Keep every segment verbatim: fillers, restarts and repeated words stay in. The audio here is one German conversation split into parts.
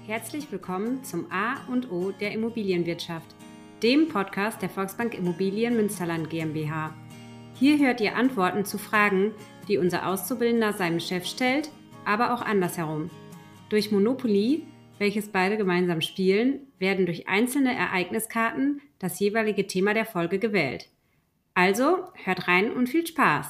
Herzlich willkommen zum A und O der Immobilienwirtschaft, dem Podcast der Volksbank Immobilien Münsterland GmbH. Hier hört ihr Antworten zu Fragen, die unser Auszubildender seinem Chef stellt, aber auch andersherum. Durch Monopoly, welches beide gemeinsam spielen, werden durch einzelne Ereigniskarten das jeweilige Thema der Folge gewählt. Also hört rein und viel Spaß!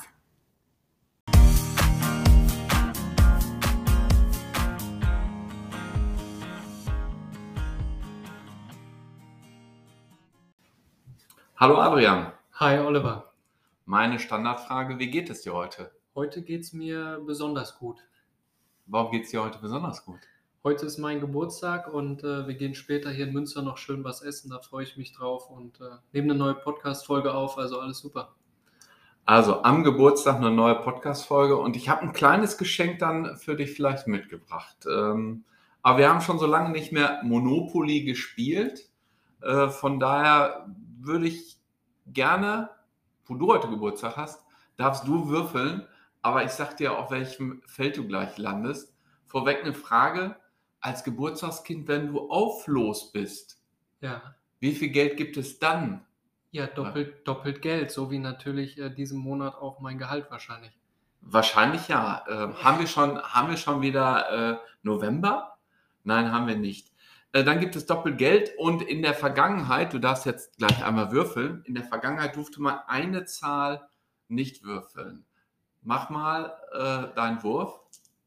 Hallo Adrian. Hi Oliver. Meine Standardfrage, wie geht es dir heute? Heute geht es mir besonders gut. Warum geht es dir heute besonders gut? Heute ist mein Geburtstag und äh, wir gehen später hier in Münster noch schön was essen, da freue ich mich drauf und äh, nehmen eine neue Podcast-Folge auf, also alles super. Also am Geburtstag eine neue Podcast-Folge und ich habe ein kleines Geschenk dann für dich vielleicht mitgebracht. Ähm, aber wir haben schon so lange nicht mehr Monopoly gespielt, äh, von daher würde ich gerne, wo du heute Geburtstag hast, darfst du würfeln, aber ich sag dir auf welchem Feld du gleich landest. Vorweg eine Frage, als Geburtstagskind, wenn du auf Los bist, Ja, wie viel Geld gibt es dann? ja doppelt, doppelt Geld, so wie natürlich äh, diesen Monat auch mein Gehalt wahrscheinlich. Wahrscheinlich ja. Ähm, haben wir schon, haben wir schon wieder äh, November? Nein, haben wir nicht. Äh, dann gibt es Doppelgeld und in der Vergangenheit, du darfst jetzt gleich einmal würfeln, in der Vergangenheit durfte man eine Zahl nicht würfeln. Mach mal äh, deinen Wurf.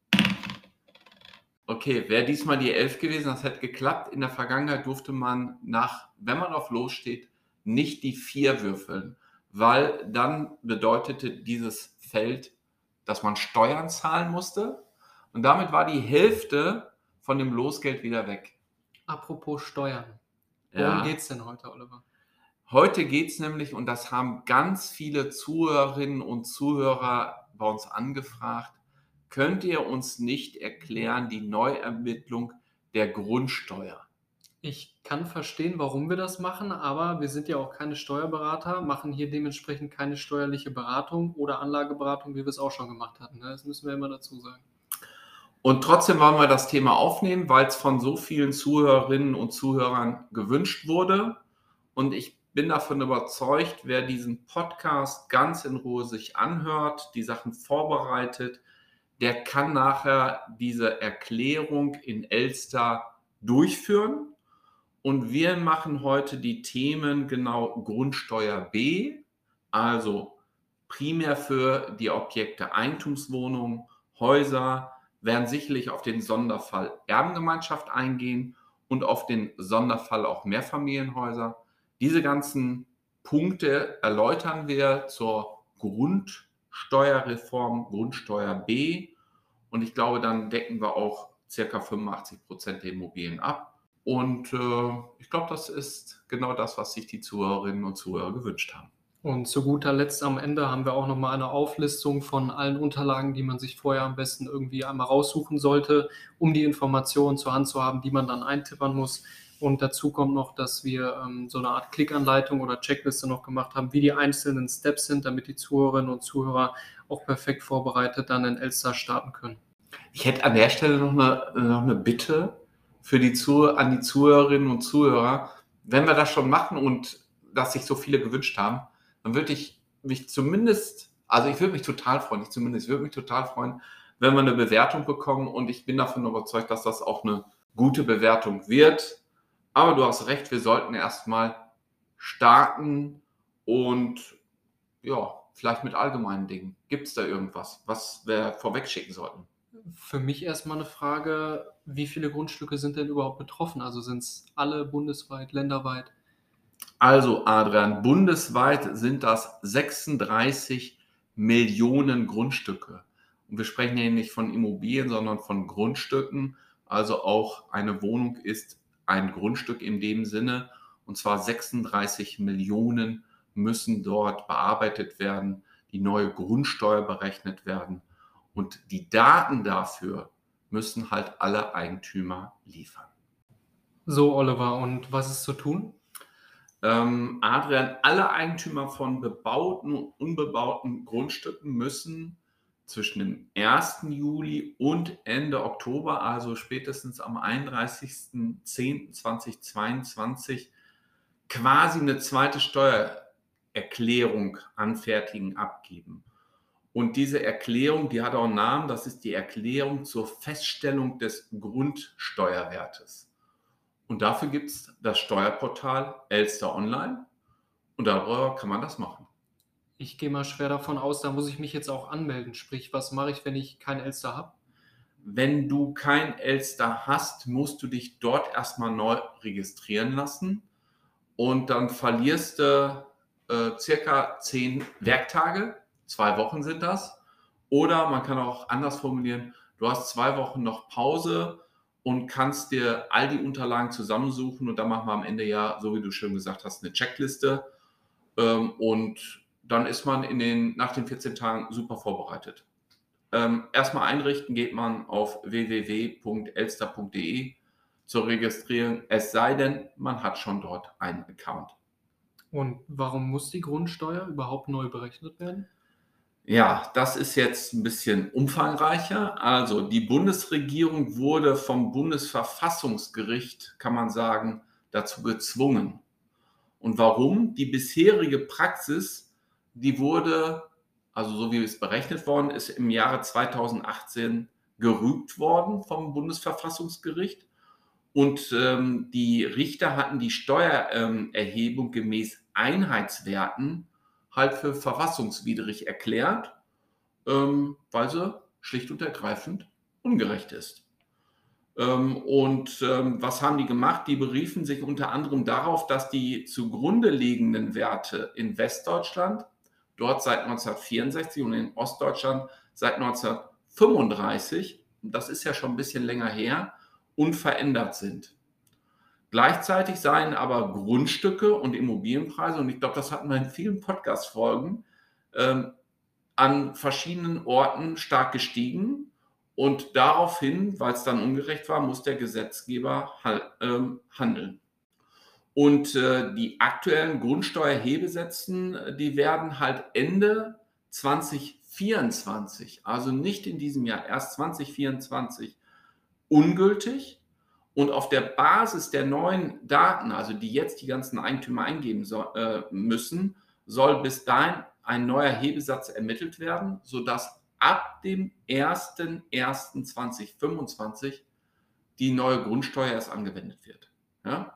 Okay, wäre diesmal die elf gewesen, das hätte geklappt. In der Vergangenheit durfte man nach, wenn man auf Los steht, nicht die vier würfeln, weil dann bedeutete dieses Feld, dass man Steuern zahlen musste und damit war die Hälfte von dem Losgeld wieder weg. Apropos Steuern, worum Ja. geht's denn heute, Oliver? Heute geht es nämlich, und das haben ganz viele Zuhörerinnen und Zuhörer bei uns angefragt, könnt ihr uns nicht erklären, die Neuermittlung der Grundsteuer? Ich kann verstehen, warum wir das machen, aber wir sind ja auch keine Steuerberater, machen hier dementsprechend keine steuerliche Beratung oder Anlageberatung, wie wir es auch schon gemacht hatten. Das müssen wir immer dazu sagen. Und trotzdem wollen wir das Thema aufnehmen, weil es von so vielen Zuhörerinnen und Zuhörern gewünscht wurde. Und ich bin davon überzeugt, wer diesen Podcast ganz in Ruhe sich anhört, die Sachen vorbereitet, der kann nachher diese Erklärung in Elster durchführen. Und wir machen heute die Themen genau Grundsteuer B, also primär für die Objekte Eigentumswohnungen, Häuser, werden sicherlich auf den Sonderfall Erbengemeinschaft eingehen und auf den Sonderfall auch Mehrfamilienhäuser. Diese ganzen Punkte erläutern wir zur Grundsteuerreform, Grundsteuer B. Und ich glaube, dann decken wir auch ca. fünfundachtzig Prozent der Immobilien ab. Und äh, ich glaube, das ist genau das, was sich die Zuhörerinnen und Zuhörer gewünscht haben. Und zu guter Letzt am Ende haben wir auch nochmal eine Auflistung von allen Unterlagen, die man sich vorher am besten irgendwie einmal raussuchen sollte, um die Informationen zur Hand zu haben, die man dann eintippern muss. Und dazu kommt noch, dass wir ähm, so eine Art Klickanleitung oder Checkliste noch gemacht haben, wie die einzelnen Steps sind, damit die Zuhörerinnen und Zuhörer auch perfekt vorbereitet dann in Elster starten können. Ich hätte an der Stelle noch eine, noch eine Bitte für die Zuh- an die Zuhörerinnen und Zuhörer. Wenn wir das schon machen und dass sich so viele gewünscht haben, dann würde ich mich zumindest, also ich würde mich total freuen, ich zumindest würde mich total freuen, wenn wir eine Bewertung bekommen und ich bin davon überzeugt, dass das auch eine gute Bewertung wird. Aber du hast recht, wir sollten erstmal starten und ja, vielleicht mit allgemeinen Dingen. Gibt es da irgendwas, was wir vorweg schicken sollten? Für mich erstmal eine Frage, wie viele Grundstücke sind denn überhaupt betroffen? Also sind es alle bundesweit, länderweit? Also Adrian, bundesweit sind das sechsunddreißig Millionen Grundstücke. Und wir sprechen hier nicht von Immobilien, sondern von Grundstücken. Also auch eine Wohnung ist ein Grundstück in dem Sinne. Und zwar sechsunddreißig Millionen müssen dort bearbeitet werden, die neue Grundsteuer berechnet werden. Und die Daten dafür müssen halt alle Eigentümer liefern. So, Oliver, und was ist zu tun? Ähm, Adrian, alle Eigentümer von bebauten und unbebauten Grundstücken müssen zwischen dem ersten Juli und Ende Oktober, also spätestens am einunddreißigsten zehnten zweitausendzweiundzwanzig, quasi eine zweite Steuererklärung anfertigen, abgeben. Und diese Erklärung, die hat auch einen Namen, das ist die Erklärung zur Feststellung des Grundsteuerwertes. Und dafür gibt es das Steuerportal Elster Online und darüber kann man das machen. Ich gehe mal schwer davon aus, da muss ich mich jetzt auch anmelden. Sprich, was mache ich, wenn ich kein Elster habe? Wenn du kein Elster hast, musst du dich dort erstmal neu registrieren lassen und dann verlierst du äh, circa zehn Werktage, zwei Wochen sind das. Oder man kann auch anders formulieren, du hast zwei Wochen noch Pause und kannst dir all die Unterlagen zusammensuchen und dann machen wir am Ende ja, so wie du schön gesagt hast, eine Checkliste ähm, und dann ist man in den, nach den vierzehn Tagen super vorbereitet. Ähm, erstmal einrichten geht man auf w w w punkt elster punkt d e zur Registrierung, es sei denn, man hat schon dort einen Account. Und warum muss die Grundsteuer überhaupt neu berechnet werden? Ja, das ist jetzt ein bisschen umfangreicher. Also die Bundesregierung wurde vom Bundesverfassungsgericht, kann man sagen, dazu gezwungen. Und warum? Die bisherige Praxis, die wurde, also so wie es berechnet worden ist, im Jahre zweitausendachtzehn gerügt worden vom Bundesverfassungsgericht. Und ähm, die Richter hatten die Steuererhebung ähm, gemäß Einheitswerten halt für verfassungswidrig erklärt, ähm, weil sie schlicht und ergreifend ungerecht ist. Ähm, und ähm, was haben die gemacht? Die beriefen sich unter anderem darauf, dass die zugrunde liegenden Werte in Westdeutschland, dort seit neunzehnhundertvierundsechzig und in Ostdeutschland seit neunzehnhundertfünfunddreißig, das ist ja schon ein bisschen länger her, unverändert sind. Gleichzeitig seien aber Grundstücke und Immobilienpreise, und ich glaube, das hatten wir in vielen Podcast-Folgen, ähm, an verschiedenen Orten stark gestiegen. Und daraufhin, weil es dann ungerecht war, muss der Gesetzgeber ähm, handeln. Und äh, die aktuellen Grundsteuerhebesätzen, die werden halt Ende zweitausendvierundzwanzig, also nicht in diesem Jahr, erst zweitausendvierundzwanzig, ungültig. Und auf der Basis der neuen Daten, also die jetzt die ganzen Eigentümer eingeben so, äh, müssen, soll bis dahin ein neuer Hebesatz ermittelt werden, sodass ab dem ersten ersten zweitausendfünfundzwanzig die neue Grundsteuer erst angewendet wird. Ja?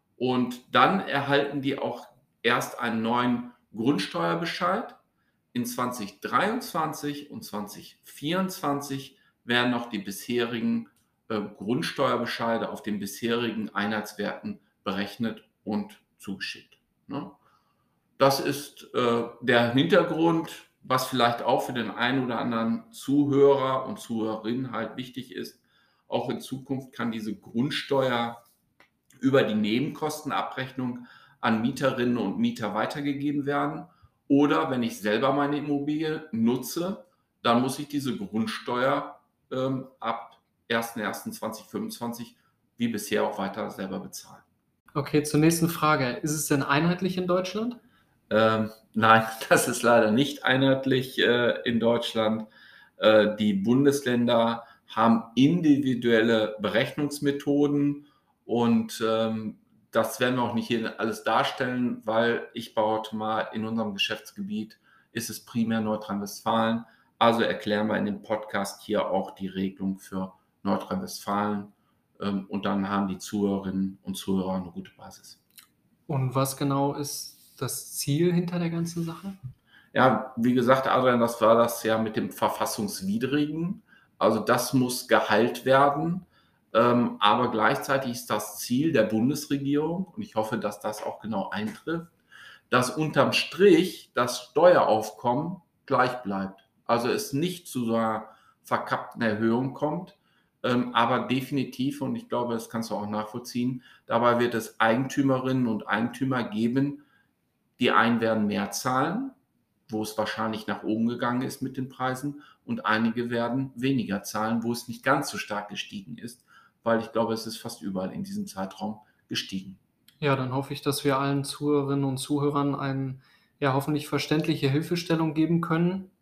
Und dann erhalten die auch erst einen neuen Grundsteuerbescheid. In zweitausenddreiundzwanzig und zweitausendvierundzwanzig werden noch die bisherigen äh, Grundsteuerbescheide auf den bisherigen Einheitswerten berechnet und zugeschickt. Ne? Das ist äh, der Hintergrund, was vielleicht auch für den einen oder anderen Zuhörer und Zuhörerin halt wichtig ist. Auch in Zukunft kann diese Grundsteuer über die Nebenkostenabrechnung an Mieterinnen und Mieter weitergegeben werden. Oder wenn ich selber meine Immobilie nutze, dann muss ich diese Grundsteuer ähm, ab ersten ersten zweitausendfünfundzwanzig wie bisher auch weiter selber bezahlen. Okay, zur nächsten Frage. Ist es denn einheitlich in Deutschland? Ähm, nein, das ist leider nicht einheitlich äh, in Deutschland. Äh, die Bundesländer haben individuelle Berechnungsmethoden und ähm, das werden wir auch nicht hier alles darstellen, weil ich behaupte mal, in unserem Geschäftsgebiet ist es primär Nordrhein-Westfalen. Also erklären wir in dem Podcast hier auch die Regelung für Nordrhein-Westfalen ähm, und dann haben die Zuhörerinnen und Zuhörer eine gute Basis. Und was genau ist das Ziel hinter der ganzen Sache? Ja, wie gesagt, Adrian, das war das ja mit dem Verfassungswidrigen. Also das muss geheilt werden. Ähm, aber gleichzeitig ist das Ziel der Bundesregierung, und ich hoffe, dass das auch genau eintrifft, dass unterm Strich das Steueraufkommen gleich bleibt. Also es nicht zu so einer verkappten Erhöhung kommt, ähm, aber definitiv, und ich glaube, das kannst du auch nachvollziehen, dabei wird es Eigentümerinnen und Eigentümer geben, die einen werden mehr zahlen, wo es wahrscheinlich nach oben gegangen ist mit den Preisen, und einige werden weniger zahlen, wo es nicht ganz so stark gestiegen ist, weil ich glaube, es ist fast überall in diesem Zeitraum gestiegen. Ja, dann hoffe ich, dass wir allen Zuhörerinnen und Zuhörern eine ja, hoffentlich verständliche Hilfestellung geben können.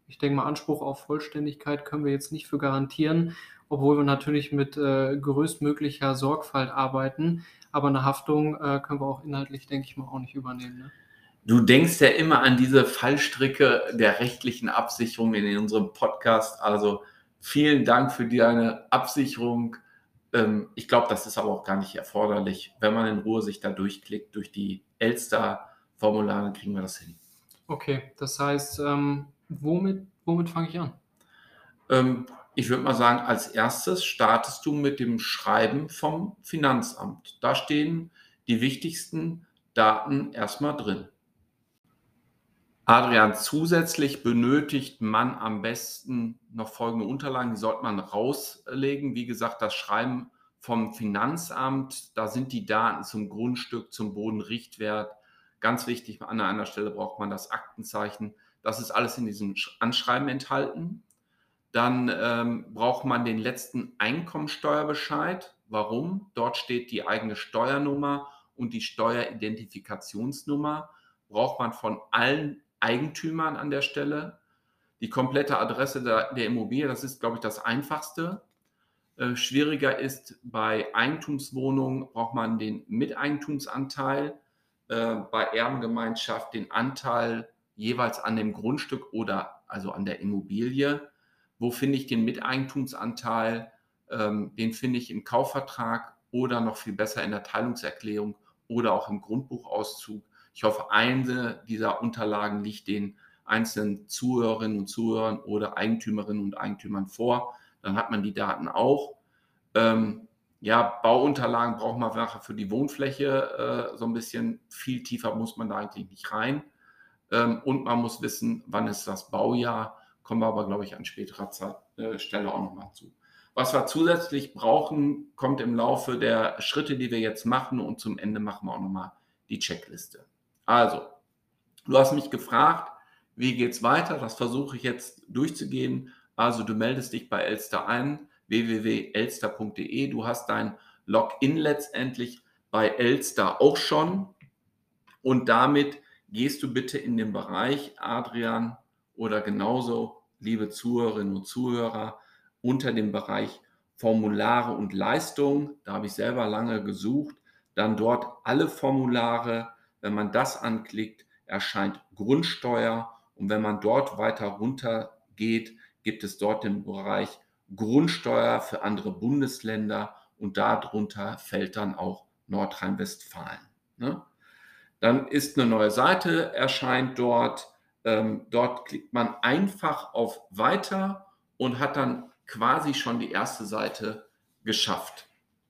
Ich denke mal, Anspruch auf Vollständigkeit können wir jetzt nicht für garantieren, obwohl wir natürlich mit äh, größtmöglicher Sorgfalt arbeiten. Aber eine Haftung äh, können wir auch inhaltlich, denke ich mal, auch nicht übernehmen. Ne? Du denkst ja immer an diese Fallstricke der rechtlichen Absicherung in unserem Podcast. Also vielen Dank für deine Absicherung. Ähm, ich glaube, das ist aber auch gar nicht erforderlich. Wenn man in Ruhe sich da durchklickt, durch die Elster-Formulare, kriegen wir das hin. Okay, das heißt, ähm, womit, womit fange ich an? Ähm, ich würde mal sagen, als erstes startest du mit dem Schreiben vom Finanzamt. Da stehen die wichtigsten Daten erstmal drin. Adrian, zusätzlich benötigt man am besten noch folgende Unterlagen, die sollte man rauslegen. Wie gesagt, das Schreiben vom Finanzamt, da sind die Daten zum Grundstück, zum Bodenrichtwert. Ganz wichtig, an einer Stelle braucht man das Aktenzeichen. Das ist alles in diesem Anschreiben enthalten. Dann ähm, braucht man den letzten Einkommensteuerbescheid. Warum? Dort steht die eigene Steuernummer und die Steueridentifikationsnummer. Braucht man von allen Eigentümern an der Stelle. Die komplette Adresse der, der Immobilie, das ist, glaube ich, das Einfachste. Äh, schwieriger ist bei Eigentumswohnungen, braucht man den Miteigentumsanteil, äh, bei Erbengemeinschaft den Anteil jeweils an dem Grundstück oder also an der Immobilie. Wo finde ich den Miteigentumsanteil? Ähm, den finde ich im Kaufvertrag oder noch viel besser in der Teilungserklärung oder auch im Grundbuchauszug. Ich hoffe, eine dieser Unterlagen liegt den einzelnen Zuhörerinnen und Zuhörern oder Eigentümerinnen und Eigentümern vor. Dann hat man die Daten auch. Ähm, ja, Bauunterlagen braucht man nachher für die Wohnfläche äh, so ein bisschen. Viel tiefer muss man da eigentlich nicht rein. Ähm, und man muss wissen, wann ist das Baujahr. Kommen wir aber, glaube ich, an späterer Zeit, äh, Stelle auch nochmal zu. Was wir zusätzlich brauchen, kommt im Laufe der Schritte, die wir jetzt machen, und zum Ende machen wir auch nochmal die Checkliste. Also, du hast mich gefragt, wie geht es weiter? Das versuche ich jetzt durchzugehen. Also, du meldest dich bei Elster ein, w w w punkt elster punkt d e. Du hast dein Login letztendlich bei Elster auch schon. Und damit gehst du bitte in den Bereich, Adrian, oder genauso, liebe Zuhörerinnen und Zuhörer, unter dem Bereich Formulare und Leistungen. Da habe ich selber lange gesucht. Dann dort alle Formulare. Wenn man das anklickt, erscheint Grundsteuer. Und wenn man dort weiter runter geht, gibt es dort den Bereich Grundsteuer für andere Bundesländer. Und darunter fällt dann auch Nordrhein-Westfalen. Ne? Dann ist eine neue Seite, erscheint dort. Ähm, dort klickt man einfach auf Weiter und hat dann quasi schon die erste Seite geschafft.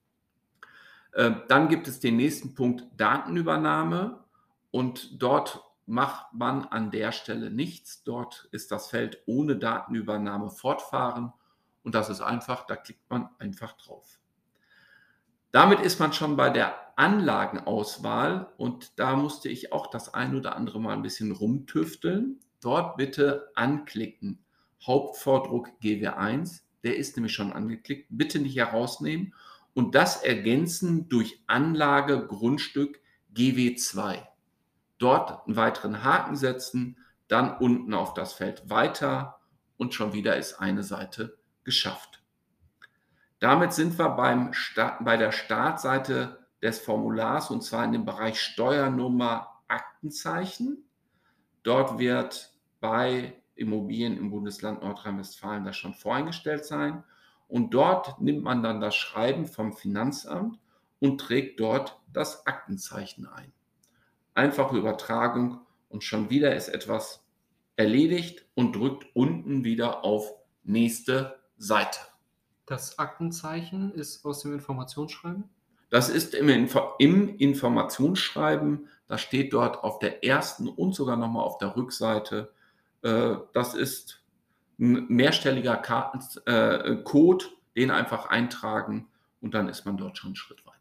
Äh, dann gibt es den nächsten Punkt Datenübernahme und dort macht man an der Stelle nichts. Dort ist das Feld ohne Datenübernahme fortfahren und das ist einfach, da klickt man einfach drauf. Damit ist man schon bei der Anlagenauswahl und da musste ich auch das ein oder andere Mal ein bisschen rumtüfteln. Dort bitte anklicken. Hauptvordruck G W eins, der ist nämlich schon angeklickt. Bitte nicht herausnehmen und das ergänzen durch Anlage Grundstück G W zwei. Dort einen weiteren Haken setzen, dann unten auf das Feld Weiter und schon wieder ist eine Seite geschafft. Damit sind wir beim Start, bei der Startseite des Formulars und zwar in dem Bereich Steuernummer Aktenzeichen. Dort wird bei Immobilien im Bundesland Nordrhein-Westfalen das schon voreingestellt sein. Und dort nimmt man dann das Schreiben vom Finanzamt und trägt dort das Aktenzeichen ein. Einfache Übertragung und schon wieder ist etwas erledigt und drückt unten wieder auf nächste Seite. Das Aktenzeichen ist aus dem Informationsschreiben? Das ist im, Info- im Informationsschreiben, das steht dort auf der ersten und sogar nochmal auf der Rückseite. Äh, das ist ein mehrstelliger Karten, äh, Code, den einfach eintragen und dann ist man dort schon einen Schritt weiter.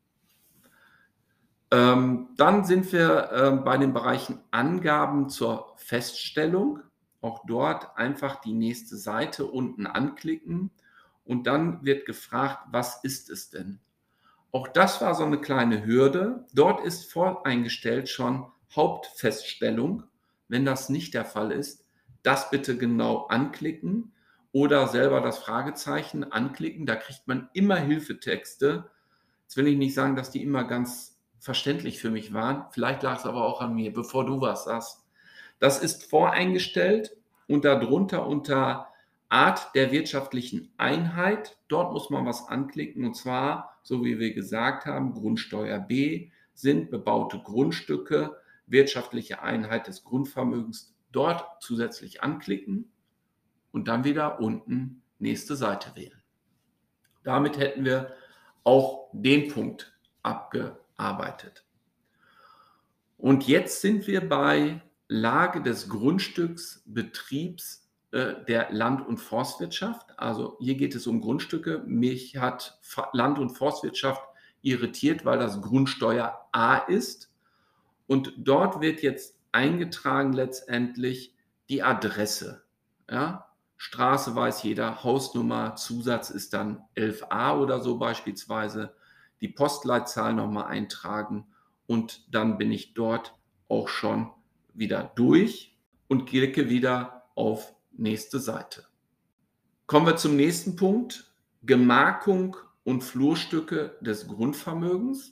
Ähm, dann sind wir äh, bei den Bereichen Angaben zur Feststellung. Auch dort einfach die nächste Seite unten anklicken und dann wird gefragt, was ist es denn? Auch das war so eine kleine Hürde. Dort ist voreingestellt schon Hauptfeststellung. Wenn das nicht der Fall ist, das bitte genau anklicken oder selber das Fragezeichen anklicken. Da kriegt man immer Hilfetexte. Jetzt will ich nicht sagen, dass die immer ganz verständlich für mich waren. Vielleicht lag es aber auch an mir, bevor du was sagst. Das ist voreingestellt und darunter unter Art der wirtschaftlichen Einheit. Dort muss man was anklicken und zwar, so wie wir gesagt haben, Grundsteuer B sind bebaute Grundstücke, wirtschaftliche Einheit des Grundvermögens. Dort zusätzlich anklicken und dann wieder unten nächste Seite wählen. Damit hätten wir auch den Punkt abgearbeitet. Und jetzt sind wir bei Lage des Grundstücks, Betriebs äh, der Land- und Forstwirtschaft. Also hier geht es um Grundstücke. Mich hat Land- und Forstwirtschaft irritiert, weil das Grundsteuer A ist. Und dort wird jetzt eingetragen letztendlich die Adresse. Ja? Straße weiß jeder, Hausnummer, Zusatz ist dann elf a oder so beispielsweise. Die Postleitzahl nochmal eintragen und dann bin ich dort auch schon wieder durch und klicke wieder auf nächste Seite. Kommen wir zum nächsten Punkt. Gemarkung und Flurstücke des Grundvermögens.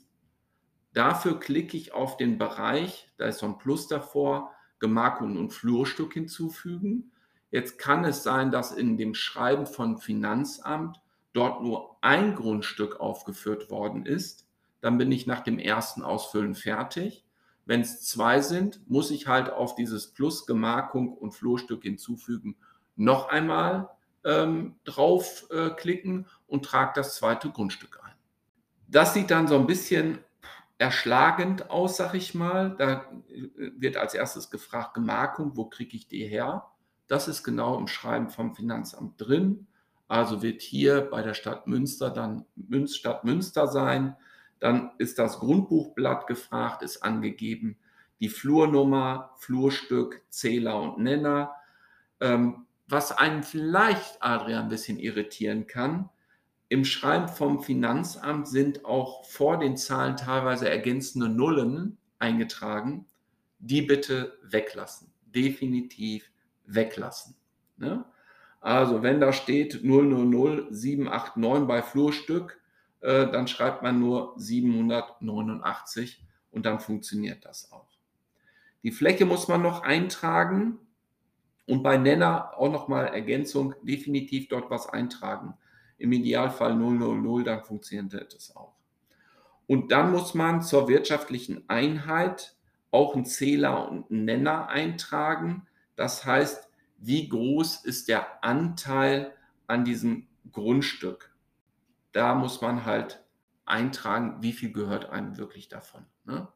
Dafür klicke ich auf den Bereich, da ist so ein Plus davor, Gemarkung und Flurstück hinzufügen. Jetzt kann es sein, dass in dem Schreiben von Finanzamt dort nur ein Grundstück aufgeführt worden ist. Dann bin ich nach dem ersten Ausfüllen fertig. Wenn es zwei sind, muss ich halt auf dieses Plus Gemarkung und Flurstück hinzufügen noch einmal ähm, draufklicken äh, und trage das zweite Grundstück ein. Das sieht dann so ein bisschen erschlagend aus, sag ich mal. Da wird als erstes gefragt, Gemarkung, wo kriege ich die her? Das ist genau im Schreiben vom Finanzamt drin. Also wird hier bei der Stadt Münster dann Münz, Stadt Münster sein. Dann ist das Grundbuchblatt gefragt, ist angegeben, die Flurnummer, Flurstück, Zähler und Nenner. Ähm, was einen vielleicht, Adrian, ein bisschen irritieren kann, im Schreiben vom Finanzamt sind auch vor den Zahlen teilweise ergänzende Nullen eingetragen. Die bitte weglassen. Definitiv weglassen. Ne? Also wenn da steht null null null sieben acht neun bei Flurstück, äh, dann schreibt man nur siebenhundertneunundachtzig und dann funktioniert das auch. Die Fläche muss man noch eintragen und bei Nenner auch nochmal Ergänzung, definitiv dort was eintragen. Im Idealfall null null null, dann funktioniert das auch. Und dann muss man zur wirtschaftlichen Einheit auch einen Zähler und einen Nenner eintragen. Das heißt, wie groß ist der Anteil an diesem Grundstück? Da muss man halt eintragen, wie viel gehört einem wirklich davon. Ne?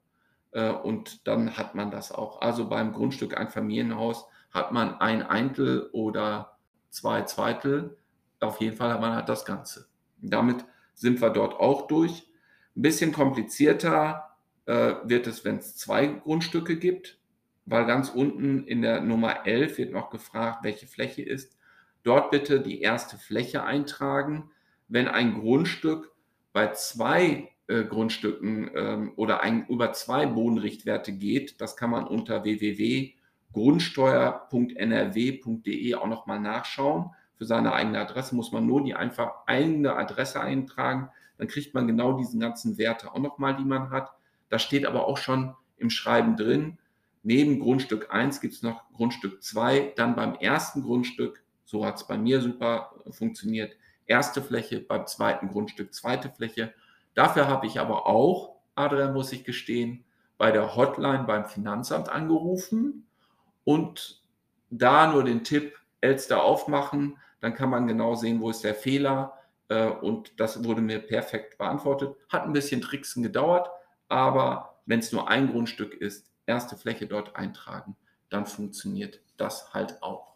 Und dann hat man das auch. Also beim Grundstück ein Familienhaus hat man ein Eintel oder zwei Zweitel. Auf jeden Fall hat man halt das Ganze. Damit sind wir dort auch durch. Ein bisschen komplizierter äh, wird es, wenn es zwei Grundstücke gibt, weil ganz unten in der Nummer elf wird noch gefragt, welche Fläche ist. Dort bitte die erste Fläche eintragen. Wenn ein Grundstück bei zwei äh, Grundstücken ähm, oder ein, über zwei Bodenrichtwerte geht, das kann man unter w w w punkt grundsteuer punkt n r w punkt d e auch nochmal nachschauen. Für seine eigene Adresse muss man nur die einfach eigene Adresse eintragen. Dann kriegt man genau diesen ganzen Werte auch nochmal, die man hat. Da steht aber auch schon im Schreiben drin, neben Grundstück eins gibt es noch Grundstück zwei. Dann beim ersten Grundstück, so hat es bei mir super funktioniert, erste Fläche, beim zweiten Grundstück zweite Fläche. Dafür habe ich aber auch, Adrian, muss ich gestehen, bei der Hotline beim Finanzamt angerufen und da nur den Tipp, Elster aufmachen, dann kann man genau sehen, wo ist der Fehler, und das wurde mir perfekt beantwortet. Hat ein bisschen Tricksen gedauert, aber wenn es nur ein Grundstück ist, erste Fläche dort eintragen, dann funktioniert das halt auch.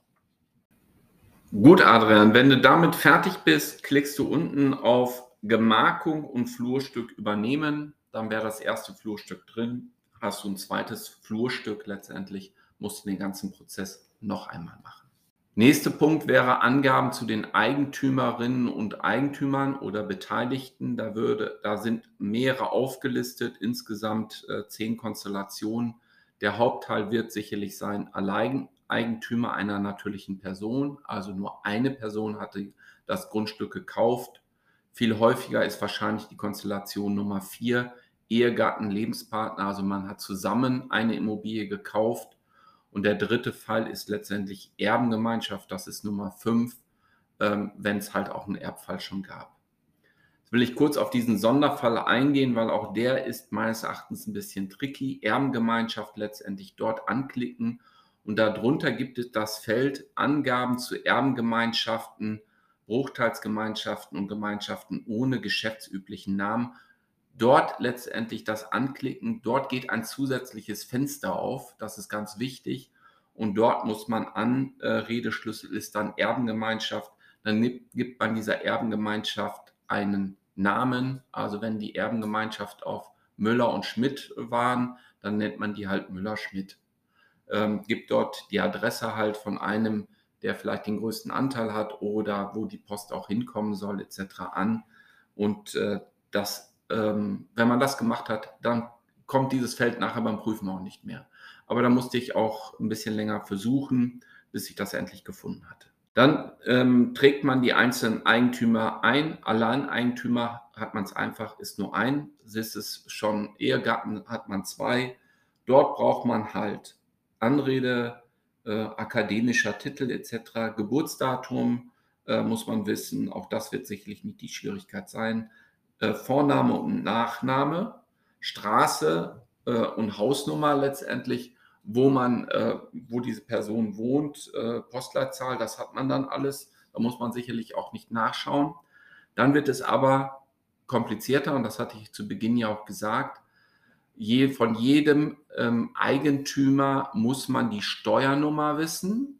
Gut, Adrian, wenn du damit fertig bist, klickst du unten auf Gemarkung und Flurstück übernehmen, dann wäre das erste Flurstück drin. Hast du ein zweites Flurstück letztendlich, musst du den ganzen Prozess noch einmal machen. Nächster Punkt wäre Angaben zu den Eigentümerinnen und Eigentümern oder Beteiligten. Da, würde, da sind mehrere aufgelistet, insgesamt äh, zehn Konstellationen. Der Hauptteil wird sicherlich sein Allein, Eigentümer einer natürlichen Person, also nur eine Person hatte das Grundstück gekauft. Viel häufiger ist wahrscheinlich die Konstellation Nummer vier, Ehegatten, Lebenspartner, also man hat zusammen eine Immobilie gekauft. Und der dritte Fall ist letztendlich Erbengemeinschaft, das ist Nummer fünf, ähm, wenn es halt auch einen Erbfall schon gab. Jetzt will ich kurz auf diesen Sonderfall eingehen, weil auch der ist meines Erachtens ein bisschen tricky. Erbengemeinschaft letztendlich dort anklicken und darunter gibt es das Feld Angaben zu Erbengemeinschaften, Bruchteilsgemeinschaften und Gemeinschaften ohne geschäftsüblichen Namen. Dort letztendlich das anklicken, dort geht ein zusätzliches Fenster auf, das ist ganz wichtig und dort muss man an, äh, Redeschlüssel ist dann Erbengemeinschaft, dann gibt man dieser Erbengemeinschaft einen Namen, also wenn die Erbengemeinschaft auf Müller und Schmidt waren, dann nennt man die halt Müller-Schmidt. Ähm, gibt dort die Adresse halt von einem, der vielleicht den größten Anteil hat oder wo die Post auch hinkommen soll et cetera an und äh, das wenn man das gemacht hat, dann kommt dieses Feld nachher beim Prüfen auch nicht mehr. Aber da musste ich auch ein bisschen länger versuchen, bis ich das endlich gefunden hatte. Dann ähm, trägt man die einzelnen Eigentümer ein. Alleineigentümer hat man es einfach, ist nur ein. Ist es schon Ehegatten, hat man zwei. Dort braucht man halt Anrede, äh, akademischer Titel et cetera. Geburtsdatum äh, muss man wissen. Auch das wird sicherlich nicht die Schwierigkeit sein. Vorname und Nachname, Straße äh, und Hausnummer letztendlich, wo man, äh, wo diese Person wohnt, äh, Postleitzahl, das hat man dann alles. Da muss man sicherlich auch nicht nachschauen. Dann wird es aber komplizierter und das hatte ich zu Beginn ja auch gesagt. Je, von jedem ähm, Eigentümer muss man die Steuernummer wissen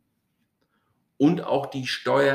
und auch die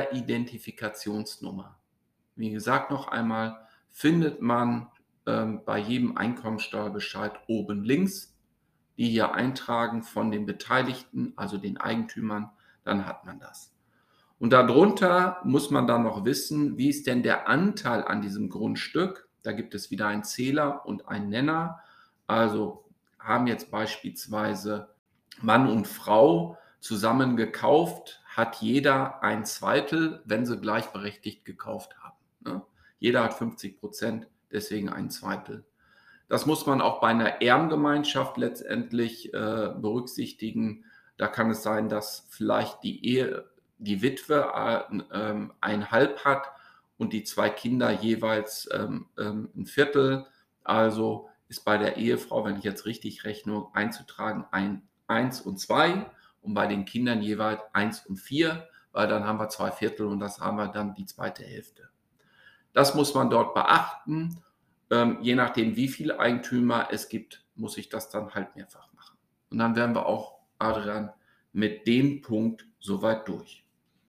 Steueridentifikationsnummer. Wie gesagt, noch einmal, findet man ähm, bei jedem Einkommensteuerbescheid oben links, die hier eintragen von den Beteiligten, also den Eigentümern, dann hat man das. Und darunter muss man dann noch wissen, wie ist denn der Anteil an diesem Grundstück. Da gibt es wieder einen Zähler und einen Nenner. Also haben jetzt beispielsweise Mann und Frau zusammen gekauft, hat jeder ein Zweitel, wenn sie gleichberechtigt gekauft haben. Ne? Jeder hat fünfzig Prozent, deswegen ein Zweitel. Das muss man auch bei einer Erbengemeinschaft letztendlich äh, berücksichtigen. Da kann es sein, dass vielleicht die Ehe, die Witwe äh, äh, ein Halb hat und die zwei Kinder jeweils ähm, ähm, ein Viertel. Also ist bei der Ehefrau, wenn ich jetzt richtig rechne, einzutragen ein eins und zwei und bei den Kindern jeweils eins und vier, weil dann haben wir zwei Viertel und das haben wir dann die zweite Hälfte. Das muss man dort beachten. Ähm, je nachdem, wie viele Eigentümer es gibt, muss ich das dann halt mehrfach machen. Und dann wären wir auch, Adrian, mit dem Punkt soweit durch.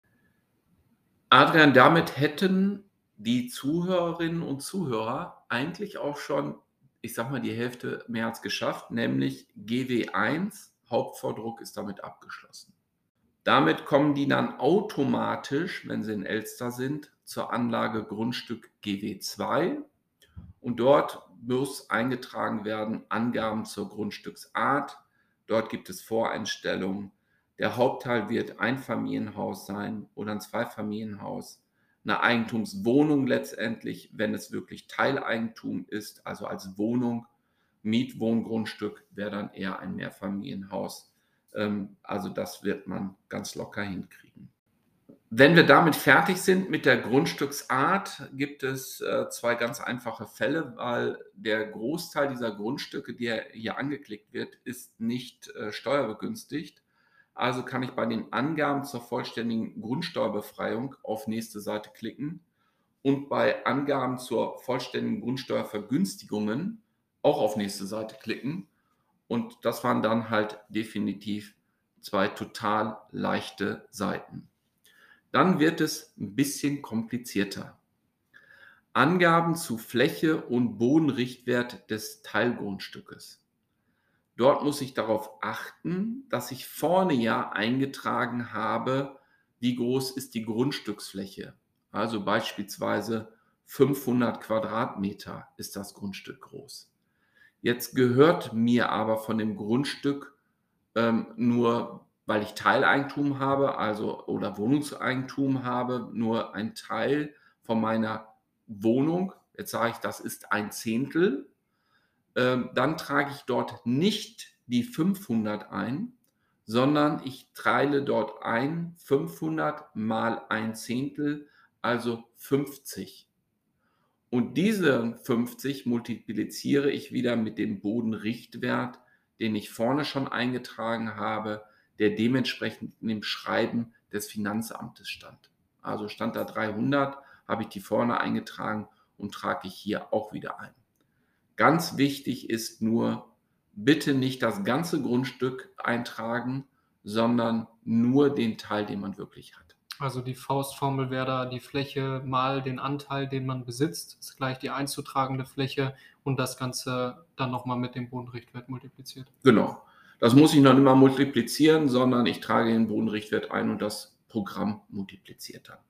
Adrian, damit hätten die Zuhörerinnen und Zuhörer eigentlich auch schon, ich sag mal, die Hälfte mehr als geschafft, nämlich G W eins, Hauptvordruck ist damit abgeschlossen. Damit kommen die dann automatisch, wenn sie in Elster sind, zur Anlage Grundstück G W zwei und dort muss eingetragen werden Angaben zur Grundstücksart. Dort gibt es Voreinstellungen. Der Hauptteil wird Einfamilienhaus sein oder ein Zweifamilienhaus, eine Eigentumswohnung letztendlich, wenn es wirklich Teileigentum ist, also als Wohnung. Mietwohngrundstück wäre dann eher ein Mehrfamilienhaus. Also das wird man ganz locker hinkriegen. Wenn wir damit fertig sind mit der Grundstücksart, gibt es äh, zwei ganz einfache Fälle, weil der Großteil dieser Grundstücke, die hier angeklickt wird, ist nicht äh, steuerbegünstigt. Also kann ich bei den Angaben zur vollständigen Grundsteuerbefreiung auf nächste Seite klicken und bei Angaben zur vollständigen Grundsteuervergünstigungen auch auf nächste Seite klicken. Und das waren dann halt definitiv zwei total leichte Seiten. Dann wird es ein bisschen komplizierter. Angaben zu Fläche und Bodenrichtwert des Teilgrundstückes. Dort muss ich darauf achten, dass ich vorne ja eingetragen habe, wie groß ist die Grundstücksfläche. Also beispielsweise fünfhundert Quadratmeter ist das Grundstück groß. Jetzt gehört mir aber von dem Grundstück ähm, nur weil ich Teileigentum habe, also oder Wohnungseigentum habe, nur ein Teil von meiner Wohnung, jetzt sage ich, das ist ein Zehntel, ähm, dann trage ich dort nicht die fünfhundert ein, sondern ich teile dort ein fünfhundert mal ein Zehntel, also fünfzig. Und diese fünfzig multipliziere ich wieder mit dem Bodenrichtwert, den ich vorne schon eingetragen habe, der dementsprechend in dem Schreiben des Finanzamtes stand. Also stand da dreihundert, habe ich die vorne eingetragen und trage ich hier auch wieder ein. Ganz wichtig ist nur, bitte nicht das ganze Grundstück eintragen, sondern nur den Teil, den man wirklich hat. Also die Faustformel wäre da die Fläche mal den Anteil, den man besitzt, ist gleich die einzutragende Fläche und das Ganze dann nochmal mit dem Bodenrichtwert multipliziert. Genau. Das muss ich noch nicht mal multiplizieren, sondern ich trage den Bodenrichtwert ein und das Programm multipliziert dann.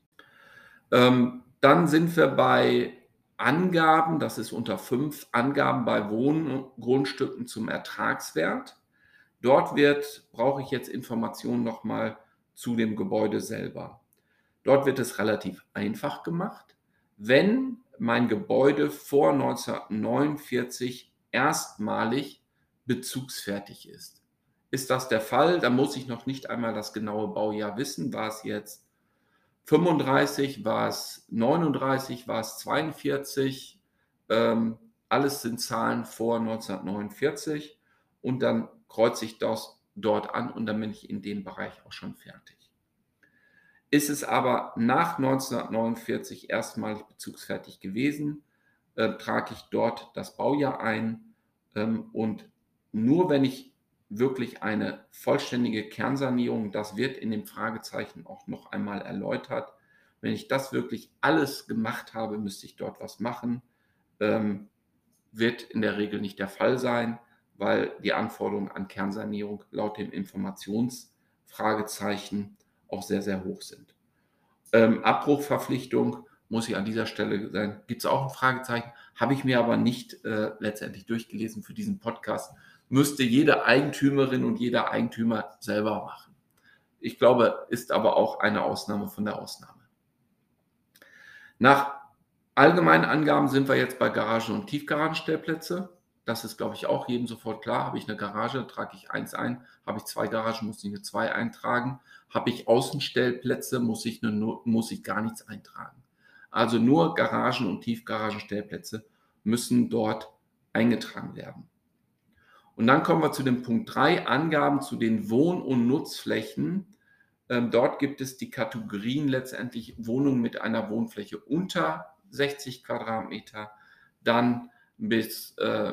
Ähm, dann sind wir bei Angaben, das ist unter fünf, Angaben bei Wohngrundstücken zum Ertragswert. Dort wird, brauche ich jetzt Informationen nochmal zu dem Gebäude selber. Dort wird es relativ einfach gemacht. Wenn mein Gebäude vor neunzehnhundertneunundvierzig erstmalig bezugsfertig ist. Ist das der Fall, dann muss ich noch nicht einmal das genaue Baujahr wissen. War es jetzt fünfunddreißig, war es neununddreißig, war es zweiundvierzig? Ähm, alles sind Zahlen vor neunzehnhundertneunundvierzig und dann kreuze ich das dort an und dann bin ich in dem Bereich auch schon fertig. Ist es aber nach neunzehnhundertneunundvierzig erstmalig bezugsfertig gewesen, äh, trage ich dort das Baujahr ein ähm, und nur wenn ich wirklich eine vollständige Kernsanierung, das wird in dem Fragezeichen auch noch einmal erläutert, wenn ich das wirklich alles gemacht habe, müsste ich dort was machen, ähm, wird in der Regel nicht der Fall sein, weil die Anforderungen an Kernsanierung laut dem Informationsfragezeichen auch sehr, sehr hoch sind. Ähm, Abbruchverpflichtung muss ich an dieser Stelle sagen, gibt es auch ein Fragezeichen, habe ich mir aber nicht äh, letztendlich durchgelesen für diesen Podcast, müsste jede Eigentümerin und jeder Eigentümer selber machen. Ich glaube, ist aber auch eine Ausnahme von der Ausnahme. Nach allgemeinen Angaben sind wir jetzt bei Garagen- und Tiefgaragenstellplätze. Das ist, glaube ich, auch jedem sofort klar. Habe ich eine Garage, trage ich eins ein. Habe ich zwei Garagen, muss ich eine zwei eintragen. Habe ich Außenstellplätze, muss ich, eine, muss ich gar nichts eintragen. Also nur Garagen- und Tiefgaragenstellplätze müssen dort eingetragen werden. Und dann kommen wir zu dem Punkt drei, Angaben zu den Wohn- und Nutzflächen. Ähm, dort gibt es die Kategorien letztendlich Wohnungen mit einer Wohnfläche unter sechzig Quadratmeter, dann bis, äh,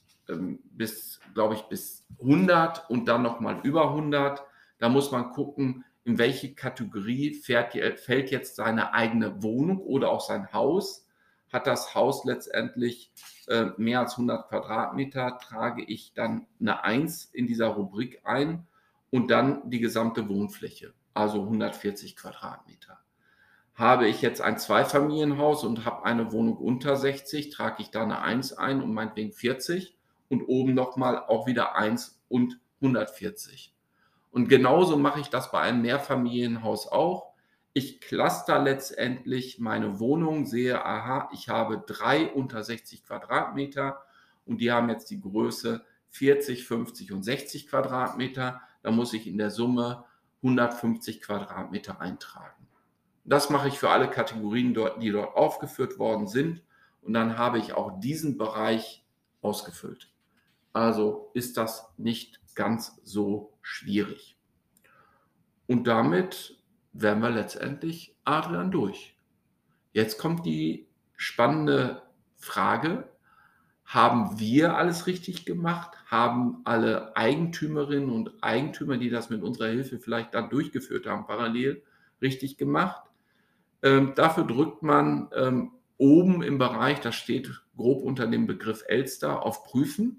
bis glaube ich, bis hundert und dann nochmal über hundert. Da muss man gucken, in welche Kategorie fährt, fällt jetzt seine eigene Wohnung oder auch sein Haus. Hat das Haus letztendlich äh, mehr als hundert Quadratmeter, trage ich dann eine eins in dieser Rubrik ein und dann die gesamte Wohnfläche, also hundertvierzig Quadratmeter. Habe ich jetzt ein Zweifamilienhaus und habe eine Wohnung unter sechzig, trage ich da eine eins ein und meinetwegen vierzig und oben nochmal auch wieder eins und hundertvierzig. Und genauso mache ich das bei einem Mehrfamilienhaus auch. Ich cluster letztendlich meine Wohnung, sehe, aha, ich habe drei unter sechzig Quadratmeter und die haben jetzt die Größe vierzig, fünfzig und sechzig Quadratmeter. Da muss ich in der Summe hundertfünfzig Quadratmeter eintragen. Das mache ich für alle Kategorien, die dort aufgeführt worden sind. Und dann habe ich auch diesen Bereich ausgefüllt. Also ist das nicht ganz so schwierig. Und damit wären wir letztendlich, Adrian, durch. Jetzt kommt die spannende Frage, haben wir alles richtig gemacht? Haben alle Eigentümerinnen und Eigentümer, die das mit unserer Hilfe vielleicht dann durchgeführt haben, parallel richtig gemacht? Ähm, dafür drückt man ähm, oben im Bereich, das steht grob unter dem Begriff Elster, auf Prüfen.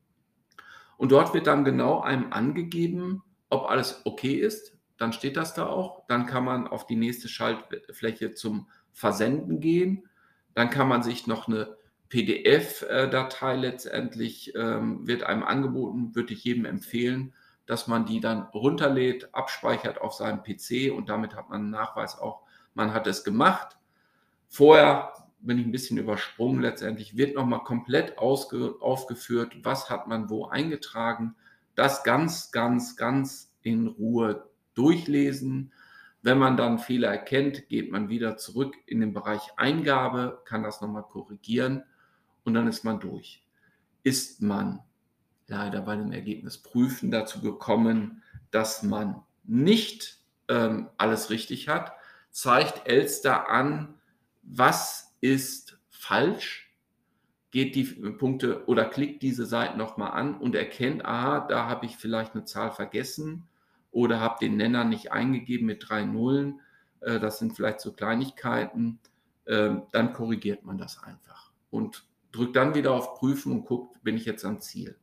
Und dort wird dann genau einem angegeben, ob alles okay ist. Dann steht das da auch. Dann kann man auf die nächste Schaltfläche zum Versenden gehen. Dann kann man sich noch eine P D F-Datei letztendlich, ähm, wird einem angeboten, würde ich jedem empfehlen, dass man die dann runterlädt, abspeichert auf seinem P C und damit hat man einen Nachweis auch, man hat es gemacht. Vorher bin ich ein bisschen übersprungen, letztendlich wird nochmal komplett ausge, aufgeführt, was hat man wo eingetragen. Das ganz, ganz, ganz in Ruhe durchlesen. Wenn man dann Fehler erkennt, geht man wieder zurück in den Bereich Eingabe, kann das nochmal korrigieren und dann ist man durch. Ist man leider bei dem Ergebnis Prüfen dazu gekommen, dass man nicht ähm, alles richtig hat, zeigt Elster an, was ist falsch, geht die Punkte oder klickt diese Seiten nochmal an und erkennt, aha, da habe ich vielleicht eine Zahl vergessen oder habe den Nenner nicht eingegeben mit drei Nullen, äh, das sind vielleicht so Kleinigkeiten, äh, dann korrigiert man das einfach und drückt dann wieder auf Prüfen und guckt, bin ich jetzt am Ziel.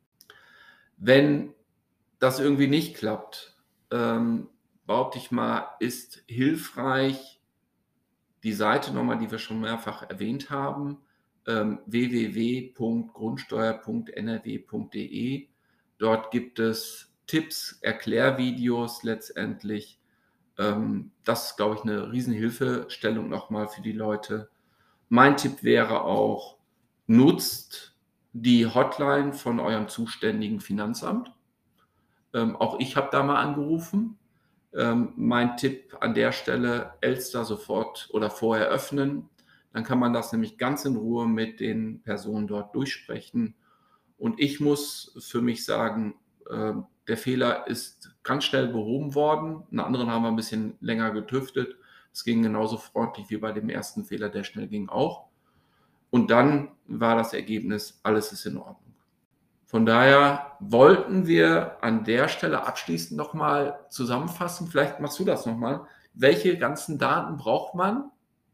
Wenn das irgendwie nicht klappt, ähm, behaupte ich mal, ist hilfreich die Seite nochmal, die wir schon mehrfach erwähnt haben, ähm, w w w punkt grundsteuer punkt n r w punkt d e. Dort gibt es Tipps, Erklärvideos letztendlich. Ähm, das ist, glaube ich, eine Riesenhilfestellung nochmal für die Leute. Mein Tipp wäre auch, nutzt die Hotline von eurem zuständigen Finanzamt. Ähm, auch ich habe da mal angerufen. Ähm, mein Tipp an der Stelle, Elster sofort oder vorher öffnen. Dann kann man das nämlich ganz in Ruhe mit den Personen dort durchsprechen. Und ich muss für mich sagen, äh, der Fehler ist ganz schnell behoben worden. Einen anderen haben wir ein bisschen länger getüftet. Es ging genauso freundlich wie bei dem ersten Fehler, der schnell ging auch. Und dann war das Ergebnis, alles ist in Ordnung. Von daher wollten wir an der Stelle abschließend nochmal zusammenfassen. Vielleicht machst du das nochmal. Welche ganzen Daten braucht man?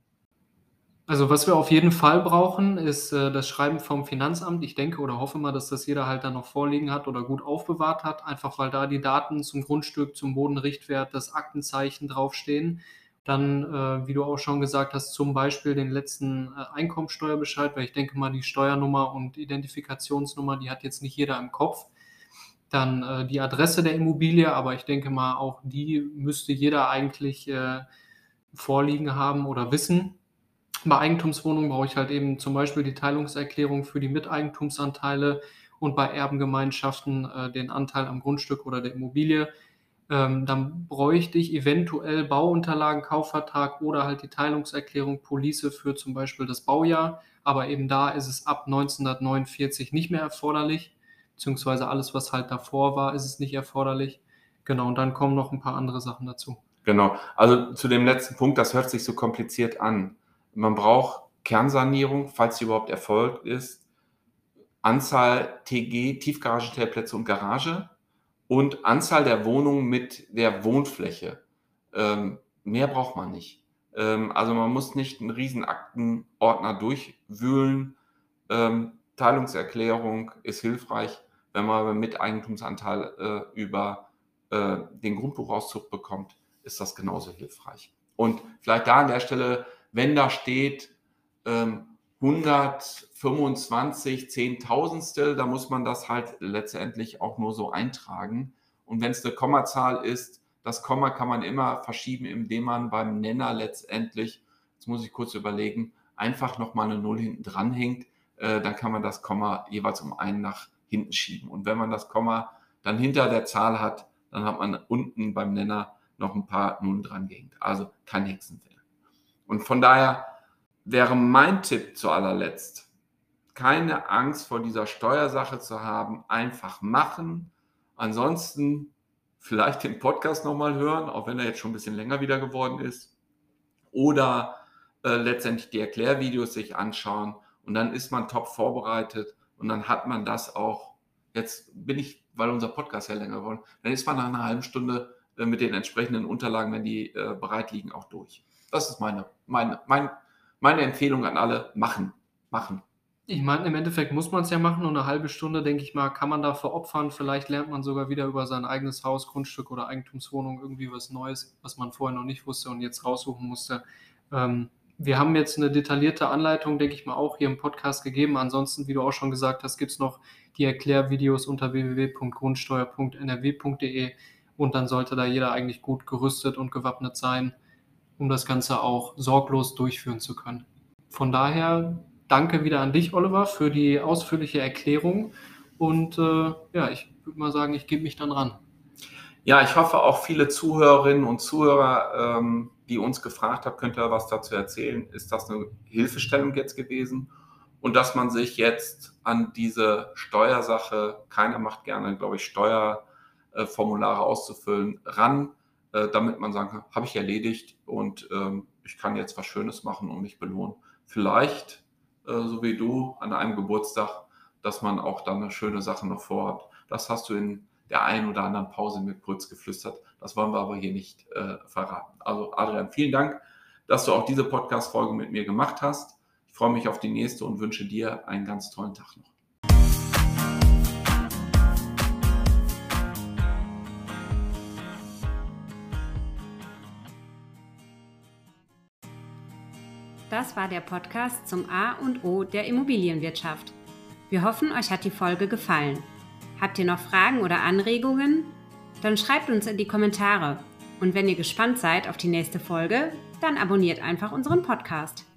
Also was wir auf jeden Fall brauchen, ist äh, das Schreiben vom Finanzamt. Ich denke oder hoffe mal, dass das jeder halt dann noch vorliegen hat oder gut aufbewahrt hat, einfach weil da die Daten zum Grundstück, zum Bodenrichtwert, das Aktenzeichen draufstehen. Dann, äh, wie du auch schon gesagt hast, zum Beispiel den letzten äh, Einkommensteuerbescheid, weil ich denke mal, die Steuernummer und Identifikationsnummer, die hat jetzt nicht jeder im Kopf. Dann äh, die Adresse der Immobilie, aber ich denke mal, auch die müsste jeder eigentlich äh, vorliegen haben oder wissen. Bei Eigentumswohnungen brauche ich halt eben zum Beispiel die Teilungserklärung für die Miteigentumsanteile und bei Erbengemeinschaften äh, den Anteil am Grundstück oder der Immobilie. Ähm, dann bräuchte ich eventuell Bauunterlagen, Kaufvertrag oder halt die Teilungserklärung, Police für zum Beispiel das Baujahr. Aber eben da ist es ab neunzehnhundertneunundvierzig nicht mehr erforderlich, beziehungsweise alles, was halt davor war, ist es nicht erforderlich. Genau, und dann kommen noch ein paar andere Sachen dazu. Genau, also zu dem letzten Punkt, das hört sich so kompliziert an. Man braucht Kernsanierung, falls sie überhaupt erfolgt ist, Anzahl T G, Tiefgaragenstellplätze und Garage und Anzahl der Wohnungen mit der Wohnfläche. Ähm, mehr braucht man nicht. Ähm, also man muss nicht einen riesen Aktenordner durchwühlen. Ähm, Teilungserklärung ist hilfreich, wenn man einen Miteigentumsanteil äh, über äh, den Grundbuchauszug bekommt, ist das genauso hilfreich. Und vielleicht da an der Stelle, wenn da steht ähm, hundertfünfundzwanzig Zehntausendstel, da muss man das halt letztendlich auch nur so eintragen. Und wenn es eine Kommazahl ist, das Komma kann man immer verschieben, indem man beim Nenner letztendlich, jetzt muss ich kurz überlegen, einfach nochmal eine Null hinten dran hängt, äh, dann kann man das Komma jeweils um einen nach hinten schieben. Und wenn man das Komma dann hinter der Zahl hat, dann hat man unten beim Nenner noch ein paar Nullen dran gehängt. Also kein Hexenwerk. Und von daher wäre mein Tipp zu allerletzt, keine Angst vor dieser Steuersache zu haben, einfach machen. Ansonsten vielleicht den Podcast nochmal hören, auch wenn er jetzt schon ein bisschen länger wieder geworden ist. Oder äh, letztendlich die Erklärvideos sich anschauen und dann ist man top vorbereitet und dann hat man das auch, jetzt bin ich, weil unser Podcast ja länger geworden, dann ist man nach einer halben Stunde äh, mit den entsprechenden Unterlagen, wenn die äh, bereit liegen, auch durch. Das ist meine, meine, meine, meine Empfehlung an alle. Machen, machen. Ich meine, im Endeffekt muss man es ja machen und eine halbe Stunde, denke ich mal, kann man dafür opfern. Vielleicht lernt man sogar wieder über sein eigenes Haus, Grundstück oder Eigentumswohnung irgendwie was Neues, was man vorher noch nicht wusste und jetzt raussuchen musste. Ähm, wir haben jetzt eine detaillierte Anleitung, denke ich mal, auch hier im Podcast gegeben. Ansonsten, wie du auch schon gesagt hast, gibt es noch die Erklärvideos unter w w w punkt grundsteuer punkt n r w punkt d e und dann sollte da jeder eigentlich gut gerüstet und gewappnet sein, um das Ganze auch sorglos durchführen zu können. Von daher danke wieder an dich, Oliver, für die ausführliche Erklärung und äh, ja, ich würde mal sagen, ich gebe mich dann ran. Ja, ich hoffe auch viele Zuhörerinnen und Zuhörer, ähm, die uns gefragt haben, könnt ihr was dazu erzählen? Ist das eine Hilfestellung jetzt gewesen? Und dass man sich jetzt an diese Steuersache, keiner macht gerne, glaube ich, Steuerformulare auszufüllen, ran, äh, damit man sagen kann, habe ich erledigt und ähm, ich kann jetzt was Schönes machen und mich belohnen. Vielleicht, äh, so wie du, an einem Geburtstag, dass man auch dann eine schöne Sache noch vorhat. Das hast du in der einen oder anderen Pause mit Grütz geflüstert. Das wollen wir aber hier nicht äh, verraten. Also Adrian, vielen Dank, dass du auch diese Podcast-Folge mit mir gemacht hast. Ich freue mich auf die nächste und wünsche dir einen ganz tollen Tag noch. Das war der Podcast zum A und O der Immobilienwirtschaft. Wir hoffen, euch hat die Folge gefallen. Habt ihr noch Fragen oder Anregungen? Dann schreibt uns in die Kommentare. Und wenn ihr gespannt seid auf die nächste Folge, dann abonniert einfach unseren Podcast.